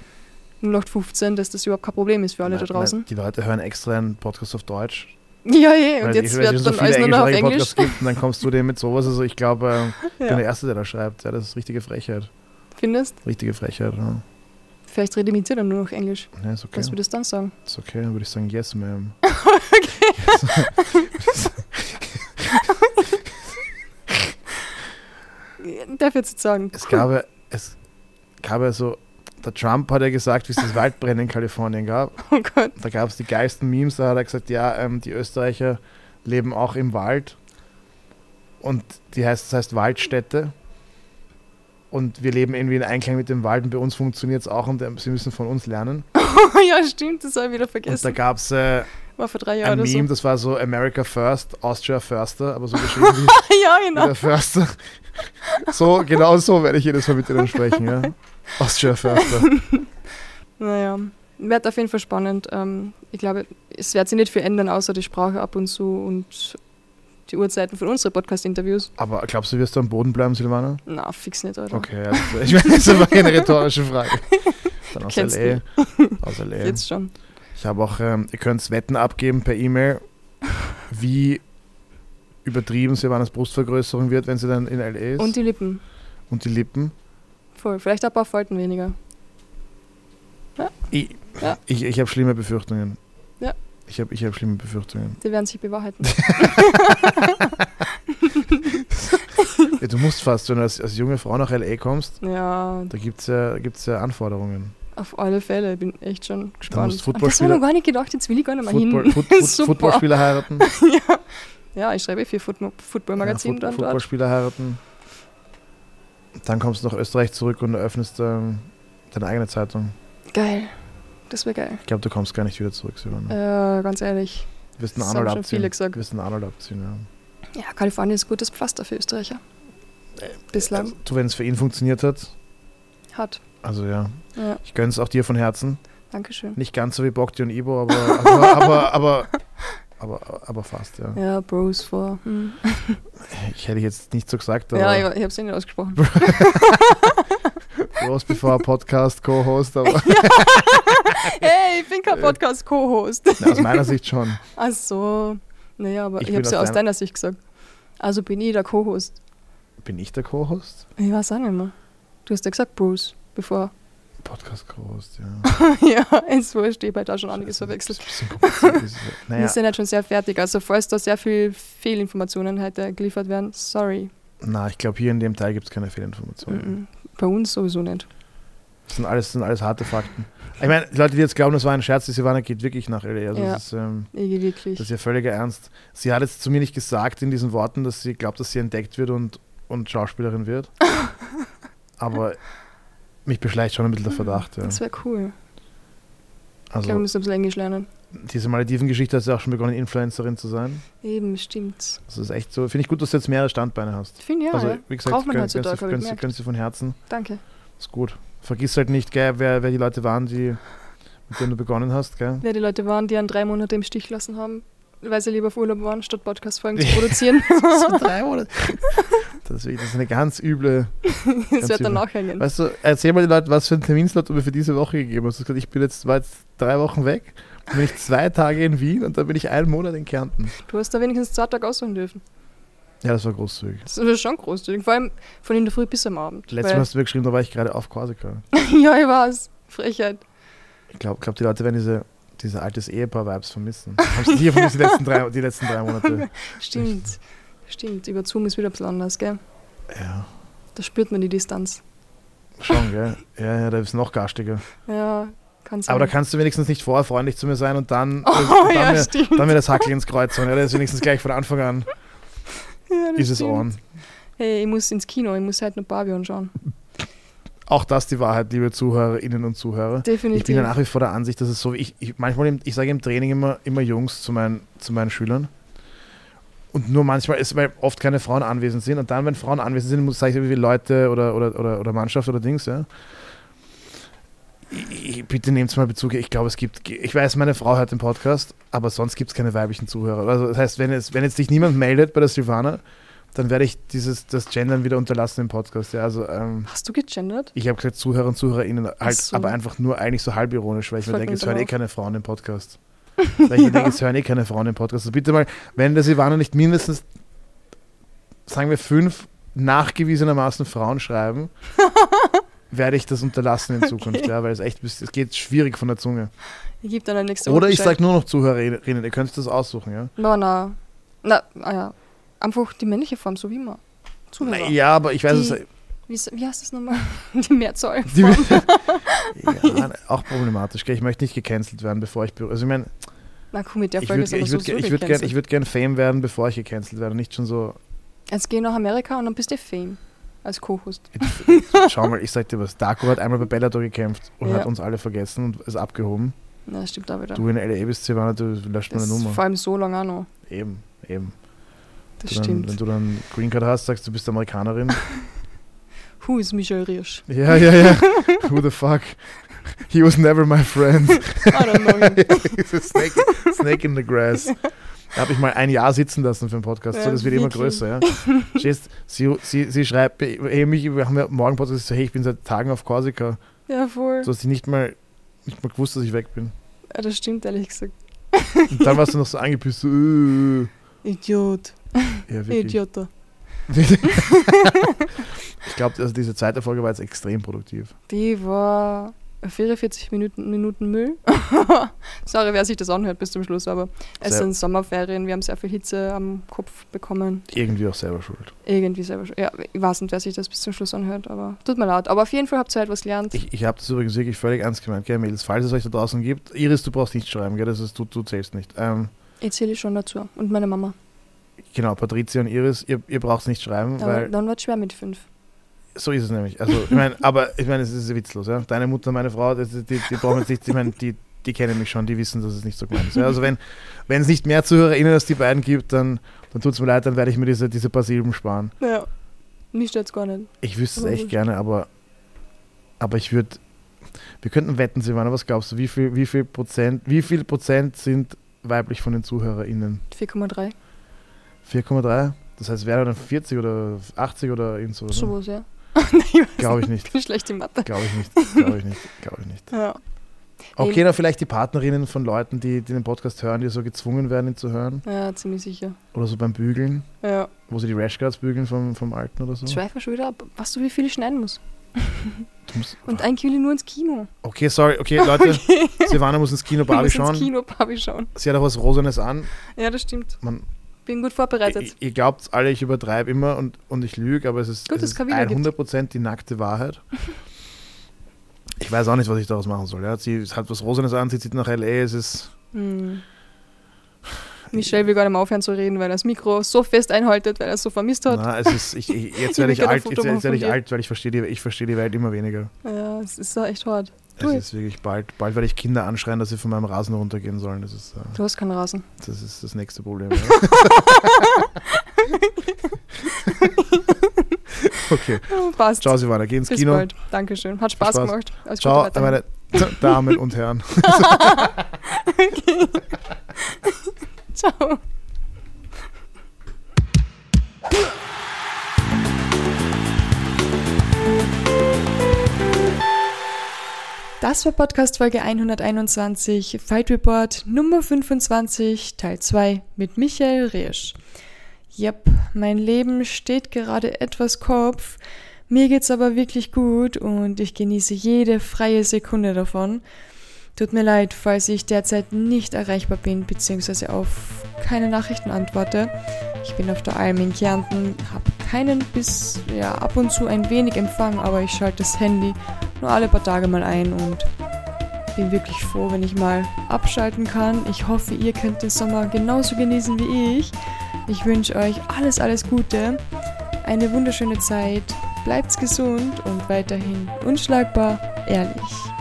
0815, dass das überhaupt kein Problem ist für alle da draußen. Die Leute hören extra einen Podcast auf Deutsch. Ja, und jetzt wird dann alles nur noch auf Englisch. Gibt und dann kommst du dem mit sowas. Also ich glaube, ich bin der Erste, der da schreibt. Ja, das ist richtige Frechheit. Findest? Richtige Frechheit, ja. Vielleicht rede ich mit dir dann nur noch Englisch. Ja, ist okay. Was würdest du dann sagen? Ist okay, dann würde ich sagen, yes, ma'am. Okay. Darf ich jetzt sagen? Es gab ja so, der Trump hat ja gesagt, wie es das Waldbrennen in Kalifornien gab. Oh Gott. Da gab es die geilsten Memes, da hat er gesagt, ja, die Österreicher leben auch im Wald. Und das heißt Waldstätte. Und wir leben irgendwie in Einklang mit dem Wald und bei uns funktioniert es auch und sie müssen von uns lernen. Ja, stimmt, das habe ich wieder vergessen. Und da gab es war vor 3 Jahren ein oder Meme, so. das war so America First, Austria Förster, aber so geschrieben wie ja, genau. der Förster. So, genau so werde ich jedes Mal mit denen sprechen, ja. Austria Förster. Naja, wird auf jeden Fall spannend. Ich glaube, es wird sich nicht viel ändern, außer die Sprache ab und zu und die Uhrzeiten von unseren Podcast-Interviews. Aber glaubst du, wirst du am Boden bleiben, Silvana? Na, fix nicht, Alter. Okay, also, ich meine, das war eine rhetorische Frage. Dann aus Kennst LA. Aus LA. Jetzt schon. Ich habe auch, ihr könnt Wetten abgeben per E-Mail, wie übertrieben Silvanas Brustvergrößerung wird, wenn sie dann in L.A. ist. Und die Lippen. Und die Lippen. Voll. Vielleicht ein paar Falten weniger. Ich habe schlimme Befürchtungen. Ja. Ich hab schlimme Befürchtungen. Die werden sich bewahrheiten. Ja, du musst fast, wenn du als junge Frau nach L.A. kommst, Ja, da gibt's ja Anforderungen. auf alle Fälle. Ich bin echt schon gespannt. musst Das habe ich noch gar nicht gedacht, jetzt will ich gar nicht mehr hin. Super. Footballspieler heiraten. Ja, ich schreibe für Football-Magazin dann dort. Footballspieler heiraten. Dann kommst du nach Österreich zurück und eröffnest deine eigene Zeitung. Geil. Das wäre geil. Ich glaube, du kommst gar nicht wieder zurück, Silvana. Ganz ehrlich. Du wirst einen Das Arnold haben schon abziehen. viele gesagt. Du wirst einen Arnold abziehen, ja. Ja, Kalifornien ist gutes Pflaster für Österreicher. Bislang. Du, wenn es für ihn funktioniert hat, Hat. also ja. Ja, Ich gönn's auch dir von Herzen. Dankeschön. Nicht ganz so wie Bogdi und Ibo, aber fast, ja. Ja, Bros vor. Ich hätte jetzt nicht so gesagt, aber Ja, ich habe es nicht ausgesprochen. Bros bevor Podcast, Co-Host, aber Hey, ich bin kein Podcast-Co-Host. na, aus meiner Sicht schon. Ach so. Naja, aber Ich ich bin habe es ja aus aus deiner Sicht gesagt. Also bin ich der Co-Host. Bin ich der Co-Host? Ich weiß auch nicht mehr. Du hast ja gesagt Bruce, bevor. Podcast Co-Host, ja. Ja, ist wurscht, ich habe halt auch schon einiges verwechselt. Das ist ein bisschen kompliziert. Wir Naja, sind halt schon sehr fertig. Also falls da sehr viel Fehlinformationen heute geliefert werden, sorry. ich glaube, hier in dem Teil gibt es keine Fehlinformationen. Bei uns sowieso nicht. Das sind alles harte Fakten. Ich meine, die Leute, die jetzt glauben, das war ein Scherz, die Silvana geht wirklich nach L.A. Also Ja. das Wirklich. ist ja völliger Ernst. Sie hat jetzt zu mir nicht gesagt in diesen Worten, dass sie glaubt, dass sie entdeckt wird und Schauspielerin wird. Aber mich beschleicht schon ein bisschen der Verdacht. Ja. Das wäre cool. Ich glaube, wir Also müssen ein bisschen Englisch lernen. diese Malediven-Geschichte hat sie auch schon begonnen, Influencerin zu sein. Eben, stimmt. Das ist echt so. Finde ich gut, dass du jetzt mehrere Standbeine hast. Ich finde ja, Also ja. wie gesagt, Braucht man gönnst heutzutage, habe ich gemerkt. du von Herzen. Danke. Ist gut. Vergiss halt nicht, gell, wer die Leute waren, mit denen du begonnen hast. Gell? Wer die Leute waren, die an 3 Monate im Stich gelassen haben, weil sie lieber auf Urlaub waren, statt Podcast-Folgen zu produzieren. So 3 Monate. Das ist eine ganz üble. Das wird dann nachhängen. Weißt du, erzähl mal den Leuten, was für einen Terminslot du mir für diese Woche gegeben hast. Du hast gesagt, war jetzt 3 Wochen weg, dann bin ich 2 Tage in Wien und dann bin ich 1 Monat in Kärnten. Du hast da wenigstens 2 Tage aussuchen dürfen. Ja, das war großzügig. Das ist schon großzügig. Vor allem von in der Früh bis am Abend. Letztes Mal hast du mir geschrieben, da war ich gerade auf Korsika. Ja, ich weiß. Frechheit. Ich glaube, die Leute werden diese altes Ehepaar-Vibes vermissen. Haben sie hier vermisst die letzten 3 Monate. Stimmt. Über Zoom ist wieder ein bisschen anders, gell? Ja, Da spürt man die Distanz. schon, gell? Ja, da ist noch garstiger. Ja, kann sein. Aber da kannst du wenigstens nicht vorher freundlich zu mir sein und dann, stimmt. dann mir das Hackel ins Kreuz hauen. Ja, das ist wenigstens gleich von Anfang an. Ja, das Ist es stimmt. on. Hey, ich muss ins Kino, ich muss halt noch Barbie anschauen. Auch das die Wahrheit, liebe Zuhörerinnen und Zuhörer. Definitiv. Ich bin ja nach wie vor der Ansicht, dass es so, ich sage im Training immer Jungs zu meinen Schülern. Und nur manchmal ist, weil oft keine Frauen anwesend sind. Und dann, wenn Frauen anwesend sind, sage ich, wie viele Leute oder Mannschaft oder Dings, ja. Bitte nehmt mal Bezug. Ich glaube, ich weiß, meine Frau hört den Podcast, aber sonst gibt es keine weiblichen Zuhörer. Also das heißt, wenn jetzt sich niemand meldet bei der Silvana, dann werde ich das Gendern wieder unterlassen im Podcast. Ja, also, Hast du gegendert? ich habe gesagt Zuhörer und ZuhörerInnen, halt, Ach so. aber einfach nur eigentlich so halbironisch, weil ich mir Folgt denke, mir es hören drauf. keine Frauen im Podcast. Weil ich mir denke, es hören keine Frauen im Podcast. Also bitte mal, wenn der Silvana nicht mindestens, sagen wir 5 nachgewiesenermaßen Frauen schreiben, werde ich das unterlassen in Zukunft, ja, weil es geht schwierig von der Zunge. Ich gebe dann eine nächste Woche Oder ich Bescheid. sage nur noch Zuhörerinnen, ihr könnt das aussuchen, ja. Na, ja. Einfach die männliche Form, so wie immer. Zuhörer. Ja, aber ich weiß Die- Wie heißt das nochmal? Die Mehrzahl. Die, ja, auch problematisch, gell? Ich möchte nicht gecancelt werden, bevor ich... Also ich meine, Na komm, mit der ich Folge ist aber so würde gern Fame werden, bevor ich gecancelt werde, nicht schon so... Jetzt geh nach Amerika und dann bist du Fame. Als Co-Host. Schau mal, ich sag dir was, Darko hat einmal bei Bellator gekämpft und Ja. hat uns alle vergessen und ist abgehoben. Ja, das stimmt auch wieder. Du in L.A. bist, Silvana, du löscht meine Das Nummer. vor allem so lange auch noch. Eben. Das Du dann, stimmt. wenn du dann Green Card hast, sagst du bist Amerikanerin. Who is Michael Riersch? Ja. Who the fuck? He was never my friend. I don't know him. He's a snake in the grass. Da habe ich mal 1 Jahr sitzen lassen für den Podcast. Ja, So, das wird immer wirklich. größer. Ja. Verstehst, sie schreibt, wir haben ja morgen Podcast, so, hey, ich bin seit Tagen auf Korsika. Ja, voll. So hast du nicht mal gewusst, dass ich weg bin. Ja, das stimmt, ehrlich gesagt. Und dann warst du noch so angepisst, so, Idiot. Ja, wirklich. Idioter. Ich glaube, also diese zweite Folge war jetzt extrem produktiv. Die war 44 Minuten Müll. Sorry, wer sich das anhört bis zum Schluss, aber es sind Sommerferien, wir haben sehr viel Hitze am Kopf bekommen. Irgendwie auch selber schuld. Irgendwie selber schuld. Ja, ich weiß nicht, wer sich das bis zum Schluss anhört, aber tut mir leid. Aber auf jeden Fall habt ihr etwas gelernt. Ich habe das übrigens wirklich völlig ernst gemeint, gell, Mädels? Falls es euch da draußen gibt, Iris, du brauchst nicht schreiben, gell? Das ist, du zählst nicht. Ich zähle schon dazu. Und meine Mama. Genau, Patricia und Iris, ihr braucht es nicht schreiben, Aber weil... dann wird es schwer mit 5. So ist es nämlich. Also, ich meine, es ist witzlos, ja. Deine Mutter, meine Frau, die brauchen jetzt nicht, ich meine, die kennen mich schon, die wissen, dass es nicht so gemeint ist. Ja? Also wenn es nicht mehr ZuhörerInnen als die beiden gibt, dann tut es mir leid, dann werde ich mir diese paar Silben sparen. Ja, mich stört es gar nicht. Ich wüsste es echt gerne, aber ich würde, wir könnten wetten, Silvana, was glaubst du, wie viel Prozent sind weiblich von den ZuhörerInnen? 4,3. 4,3? Das heißt, wäre dann 40 oder 80 oder irgend so? Sowas, ja. Glaube ich nicht. Ich bin schlecht in Mathe. Glaube ich nicht. Ja. Okay, dann vielleicht die Partnerinnen von Leuten, die den Podcast hören, die so gezwungen werden, ihn zu hören. Ja, ziemlich sicher. Oder so beim Bügeln. Ja. Wo sie die Rashguards bügeln vom Alten oder so. Schweifen schon wieder ab. Weißt du, wie viel ich schneiden muss? Und ein Kilo nur ins Kino. Okay, sorry. Okay, Leute. Okay. Silvana muss ins Kino Barbie schauen. Sie hat auch was Rosanes an. Ja, das stimmt. Bin gut vorbereitet. Ihr glaubt alle, ich übertreibe immer und ich lüge, aber es ist 100% die nackte Wahrheit. Ich weiß auch nicht, was ich daraus machen soll. Ja. Sie hat was Rosanes an, sie zieht nach L.A., es ist... Michelle will gar nicht mehr aufhören zu reden, weil er das Mikro so fest einhaltet, weil er es so vermisst hat. Na, jetzt werde ich alt, weil ich verstehe die Welt immer weniger. Ja, es ist echt hart. Es ist wirklich bald werde ich Kinder anschreien, dass sie von meinem Rasen runtergehen sollen. Das ist, du hast keinen Rasen. Das ist das nächste Problem. Okay. Passt. Ciao, Silvana, geh ins Kino. Bis bald. Dankeschön. Hat Spaß gemacht. Ciao, meine Damen und Herren. Okay. Ciao. Das war Podcast Folge 121, Fight Report Nummer 25, Teil 2 mit Michael Riesch. Yep, mein Leben steht gerade etwas Kopf, mir geht's aber wirklich gut und ich genieße jede freie Sekunde davon. Tut mir leid, falls ich derzeit nicht erreichbar bin bzw. auf keine Nachrichten antworte. Ich bin auf der Alm in Kärnten, habe keinen bis ab und zu ein wenig Empfang, aber ich schalte das Handy nur alle paar Tage mal ein und bin wirklich froh, wenn ich mal abschalten kann. Ich hoffe, ihr könnt den Sommer genauso genießen wie ich. Ich wünsche euch alles Gute, eine wunderschöne Zeit, bleibt's gesund und weiterhin unschlagbar ehrlich.